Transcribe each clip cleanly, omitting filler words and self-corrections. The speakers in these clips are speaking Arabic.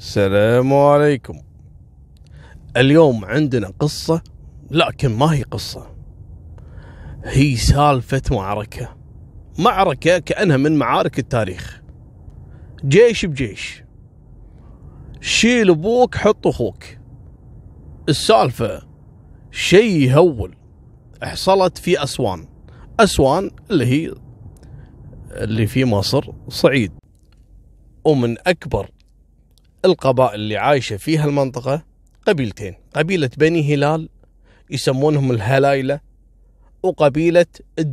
السلام عليكم. اليوم عندنا قصة، لكن ما هي قصة، هي سالفة معركة كأنها من معارك التاريخ. جيش بجيش، شيل ابوك حط اخوك. السالفة شيء يهول. حصلت في أسوان اللي في مصر صعيد، ومن أكبر القبائل اللي عايشة فيها المنطقة قبيلتين، قبيلة بني هلال يسمونهم الهلايلة، وقبيلة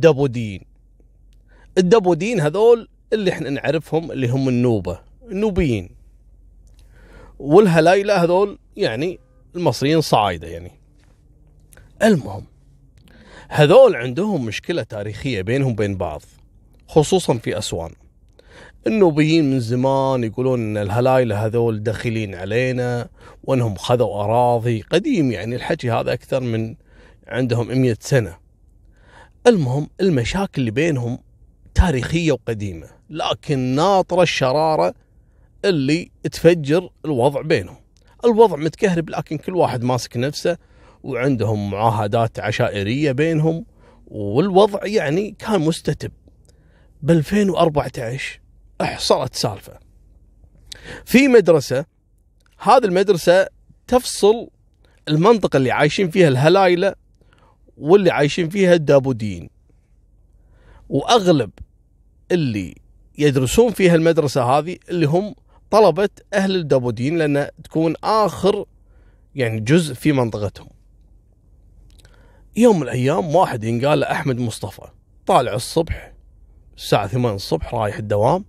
الدبوديين هذول اللي احنا نعرفهم اللي هم النوبيين، والهلايلة هذول يعني المصريين صعايدة يعني. المهم هذول عندهم مشكلة تاريخية بينهم بين بعض، خصوصا في أسوان. النوبيين من زمان يقولون ان الهلايلة هذول داخلين علينا، وانهم خذوا اراضي قديم، يعني الحكي هذا اكثر من عندهم 100 سنة. المهم المشاكل اللي بينهم تاريخية وقديمة، لكن ناطرة الشرارة اللي تفجر الوضع بينهم. الوضع متكهرب، لكن كل واحد ماسك نفسه، وعندهم معاهدات عشائرية بينهم، والوضع يعني كان مستتب. ب 2014 حصلت سالفة في مدرسة. هذه المدرسة تفصل المنطقة اللي عايشين فيها الهلايلة واللي عايشين فيها الدابوديين، وأغلب اللي يدرسون فيها المدرسة هذه اللي هم طلبة أهل الدابوديين، لأن تكون آخر يعني جزء في منطقتهم. يوم من الأيام واحد ينقال له أحمد مصطفى، طالع الصبح الساعة 8 الصبح رايح الدوام،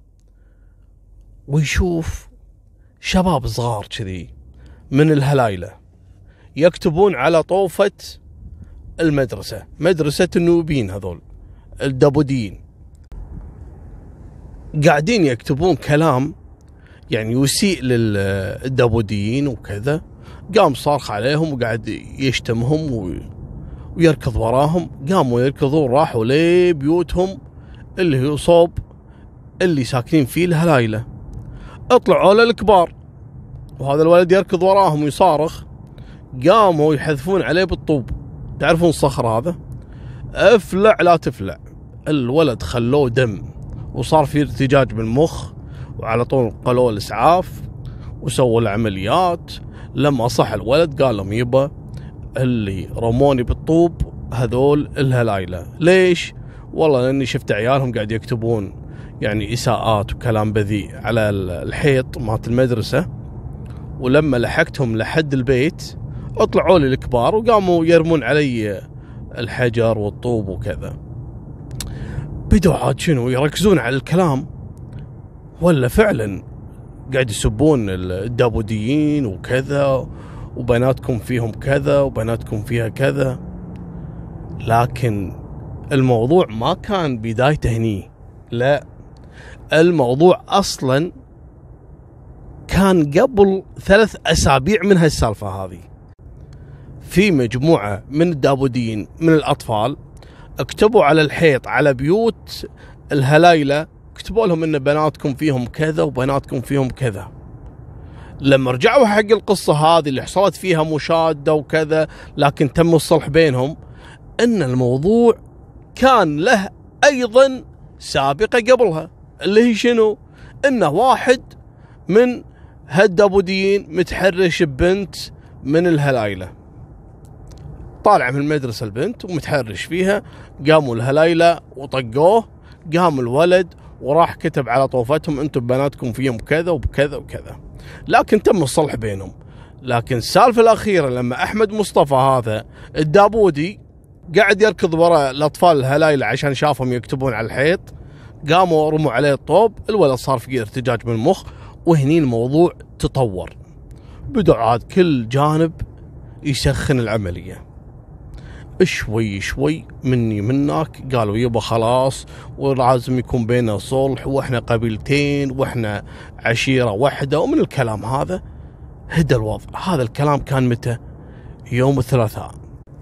ويشوف شباب صغار كذي من الهلايلة يكتبون على طوفة المدرسة، مدرسة النوبيين هذول الدابوديين، قاعدين يكتبون كلام يعني يسيء للدابوديين وكذا. قام صارخ عليهم وقاعد يشتمهم ويركض وراهم. قاموا يركضون، راحوا لبيوتهم اللي هي صوب اللي ساكنين فيه الهلايلة. اطلعوا للكبار، وهذا الولد يركض وراهم ويصارخ. قاموا يحذفون عليه بالطوب، تعرفون الصخر هذا، افلع لا تفلع. الولد خلوه دم، وصار في ارتجاج بالمخ، وعلى طول قالوا الاسعاف وسووا العمليات. لما صح الولد قال لهم يبا اللي رموني بالطوب هذول الهلايلة. ليش؟ والله لاني شفت عيالهم قاعد يكتبون يعني اساءات وكلام بذيء على الحيط مالت المدرسة، ولما لحقتهم لحد البيت اطلعوا لي الكبار وقاموا يرمون علي الحجر والطوب وكذا. بدوا عاد شنو يركزون على الكلام، ولا فعلا قاعد يسبون الدابوديين وكذا، وبناتكم فيهم كذا وبناتكم فيها كذا. لكن الموضوع ما كان بدايته هني، لا، الموضوع أصلا كان قبل 3 أسابيع من هالسالفة هذه. في مجموعة من الدابوديين من الأطفال اكتبوا على الحيط على بيوت الهلايلة، كتبوا لهم إن بناتكم فيهم كذا وبناتكم فيهم كذا. لما رجعوا حق القصة هذه اللي حصلت فيها مشادة وكذا، لكن تم الصلح بينهم، إن الموضوع كان له أيضا سابقة قبلها، اللي هي شنو؟ إنه واحد من هالدابوديين متحرش ببنت من الهلايلة، طالع من المدرسة البنت ومتحرش فيها. قاموا الهلايلة وطقوه، قام الولد وراح كتب على طوفتهم انتم بناتكم فيهم كذا وبكذا وكذا، لكن تم الصلح بينهم. لكن السالفة الأخيرة لما أحمد مصطفى هذا الدابودي قاعد يركض وراء الأطفال الهلايلة عشان شافهم يكتبون على الحيط، قاموا رموا عليه الطوب. الولد صار فيه ارتجاج بالمخ، وهني الموضوع تطور. بدأ عاد كل جانب يسخن العملية شوي شوي، مني منك قالوا يبا خلاص ولازم يكون بينا صلح، واحنا قبيلتين واحنا عشيرة واحدة، ومن الكلام هذا هدى الوضع. هذا الكلام كان متى؟ يوم الثلاثاء.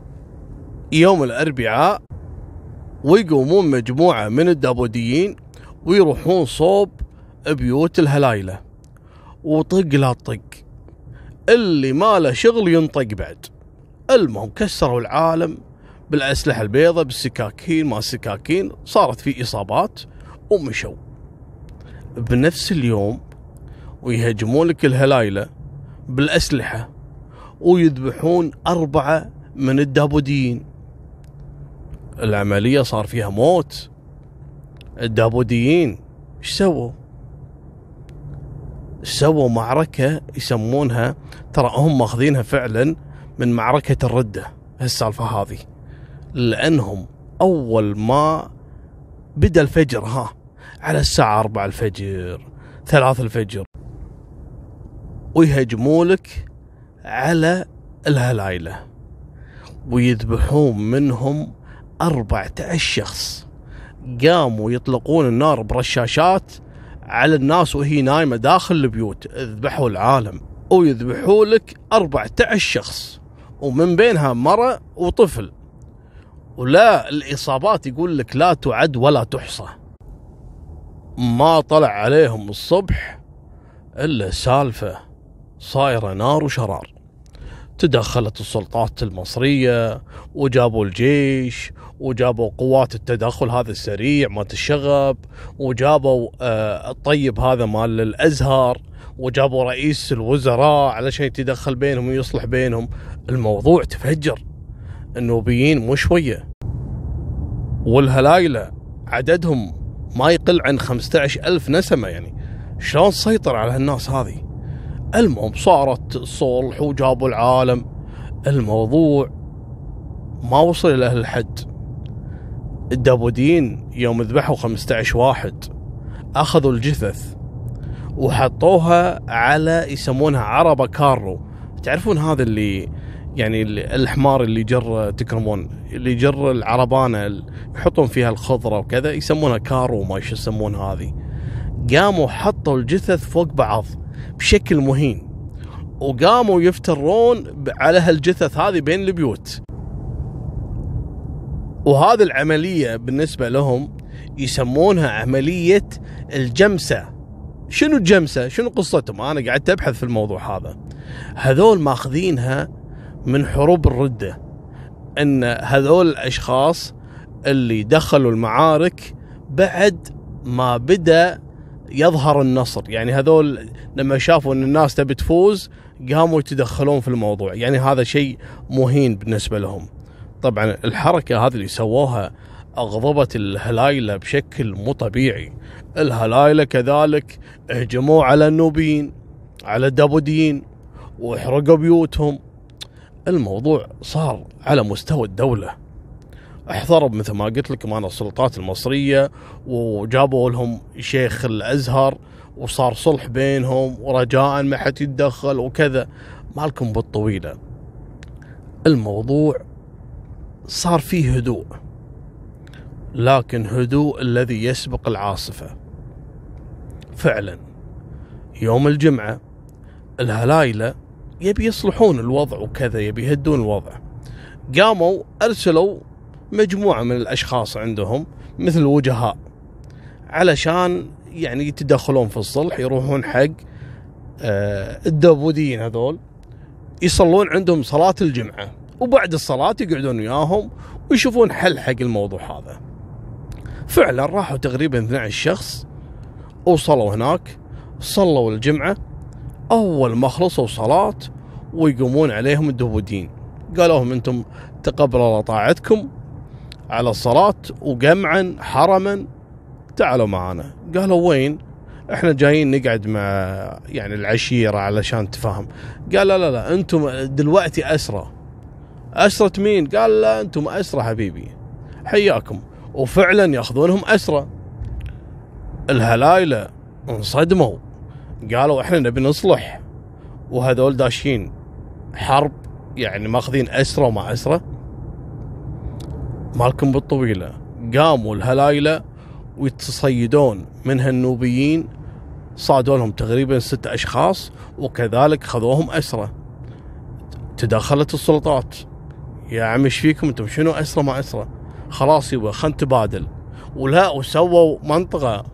يوم الأربعاء ويقومون مجموعة من الدابوديين ويروحون صوب بيوت الهلايلة، وطق لا طق، اللي ما له شغل ينطق بعد. المهم كسروا العالم بالأسلحة البيضاء، بالسكاكين ما السكاكين، صارت في إصابات ومشوا. بنفس اليوم ويهجمون لك الهلايلة بالأسلحة ويذبحون 4 من الدابوديين. العملية صار فيها موت. الدابوديين ايش سووا؟ سووا معركة يسمونها، ترى هم ماخذينها فعلا من معركة الردة هالسالفة هذه، لأنهم أول ما بدأ الفجر على الساعة 4 الفجر 3 الفجر ويهجمولك على الهلايلة ويذبحون منهم 14 شخص. قاموا يطلقون النار برشاشات على الناس وهي نايمة داخل البيوت، ذبحوا العالم ويذبحوا لك 14 شخص، ومن بينها مرأة وطفل. ولا الإصابات يقول لك لا تعد ولا تحصى. ما طلع عليهم الصبح إلا سالفة صايرة نار وشرار. تدخلت السلطات المصرية وجابوا الجيش وجابوا قوات التدخل هذا السريع مال الشغب، وجابوا الطيب هذا مال الأزهر، وجابوا رئيس الوزراء علشان يتدخل بينهم ويصلح بينهم. الموضوع تفجر. النوبيين مو شوية، والهلايلة عددهم ما يقل عن 15,000 نسمة، يعني شلون تسيطر على هالناس هذه؟ المهم صارت صلح وجابوا العالم. الموضوع ما وصل إلى هالحد. الدابوديين يوم ذبحوا 15 واحد أخذوا الجثث وحطوها على يسمونها عربة كارو. تعرفون هذا اللي يعني الحمار اللي جر تكرمون، اللي جر العربانة يحطون فيها الخضرة وكذا، يسمونها كارو ما ايش يسمون هذه. قاموا حطوا الجثث فوق بعض بشكل مهين، وقاموا يفترون على هالجثث هذه بين البيوت. وهذه العملية بالنسبة لهم يسمونها عملية الجمسة. شنو الجمسة؟ شنو قصتهم؟ أنا قاعد أبحث في الموضوع هذا. هذول ماخذينها من حروب الردة، أن هذول الأشخاص اللي دخلوا المعارك بعد ما بدأ يظهر النصر، يعني هذول لما شافوا أن الناس تبي تفوز قاموا يتدخلون في الموضوع. يعني هذا شيء مهين بالنسبة لهم. طبعا الحركة هذه اللي سووها أغضبت الهلايلة بشكل مو طبيعي. الهلايلة كذلك هجموا على النوبيين، على الدابوديين، وحرقوا بيوتهم. الموضوع صار على مستوى الدولة. احضروا مثل ما قلت لكم أنا السلطات المصرية، وجابوا لهم شيخ الأزهر، وصار صلح بينهم ورجاء ما حد يتدخل وكذا. مالكم بالطويلة. الموضوع صار فيه هدوء، لكن هدوء الذي يسبق العاصفة. فعلا يوم الجمعة الهلايلة يبي يصلحون الوضع وكذا، يبي يهدون الوضع. قاموا أرسلوا مجموعة من الأشخاص عندهم مثل وجهاء علشان يعني يتدخلون في الصلح، يروحون حق الدابوديين هذول يصلون عندهم صلاة الجمعة، وبعد الصلاة يقعدون وياهم ويشوفون حل حق الموضوع هذا. فعلا راحوا تقريبا 12 شخص وصلوا هناك، صلوا الجمعة. أول ما خلصوا صلاة ويقومون عليهم الدابوديين، قالوا لهم أنتم تقبل الله طاعتكم على الصلاة وجمعا حرما، تعالوا معنا. قالوا وين؟ احنا جايين نقعد مع يعني العشيرة علشان تفهم. قال لا انتم دلوقتي أسرى. أسرة مين؟ قال لا انتم أسرى حبيبي، حياكم. وفعلا ياخذونهم أسرى. الهلايلة انصدموا، قالوا احنا نبي نصلح وهذول داشين حرب، يعني ماخذين أسرى وما أسرى. مالكم بالطويلة. قاموا الهلايلة ويتصيدون من هالنوبيين، صادوا لهم تقريبا 6 أشخاص، وكذلك خذوهم أسرى. تدخلت السلطات، يا عم ايش فيكم انتم؟ شنو أسرى ما أسرى؟ خلاص يبا خلنا نتبادل. ولا وسووا منطقة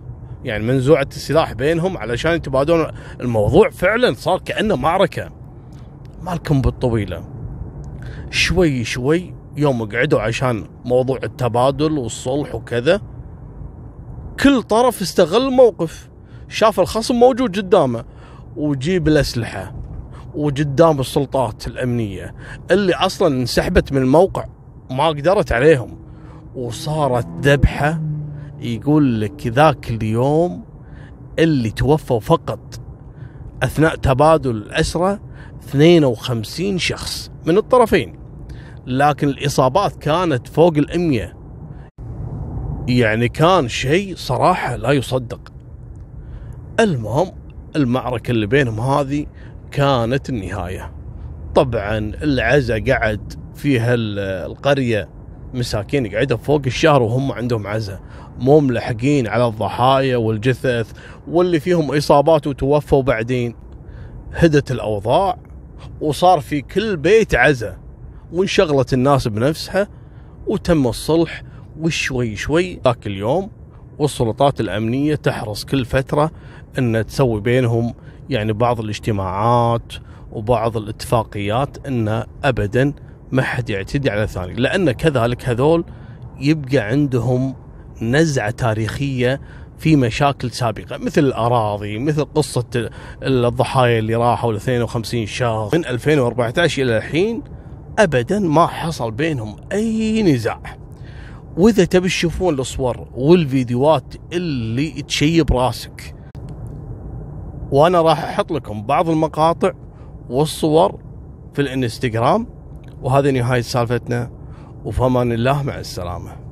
يعني منزوعة السلاح بينهم علشان يتبادلون. الموضوع فعلا صار كأنه معركة. مالكم بالطويلة، شوي شوي يوم قعدوا عشان موضوع التبادل والصلح وكذا، كل طرف استغل الموقف، شاف الخصم موجود قدامه وجيب الأسلحة، وقدام السلطات الأمنية اللي أصلا انسحبت من الموقع ما قدرت عليهم، وصارت ذبحة. يقول لك ذاك اليوم اللي توفوا فقط أثناء تبادل الأسرى 52 شخص من الطرفين، لكن الإصابات كانت فوق 100. يعني كان شيء صراحة لا يصدق. المهم المعركة اللي بينهم هذه كانت النهاية. طبعا العزا قعد فيها القرية مساكين، قعدوا فوق الشهر وهم عندهم عزا، مو ملحقين على الضحايا والجثث واللي فيهم إصابات وتوفوا. بعدين هدت الأوضاع وصار في كل بيت عزا، وانشغلت الناس بنفسها وتم الصلح. وشوي شوي ذاك اليوم والسلطات الأمنية تحرص كل فترة أن تسوي بينهم يعني بعض الاجتماعات وبعض الاتفاقيات أن أبدا ما حد يعتدي على الثاني، لأن كذلك هذول يبقى عندهم نزعة تاريخية في مشاكل سابقة، مثل الأراضي، مثل قصة الضحايا اللي راحوا 52 شخص من 2014 إلى الحين أبدا ما حصل بينهم أي نزاع. وإذا تبي تشوفون الصور والفيديوهات اللي تشيب راسك، وأنا راح أحط لكم بعض المقاطع والصور في الانستغرام. وهذه نهاية سالفتنا، وفمان الله، مع السلامة.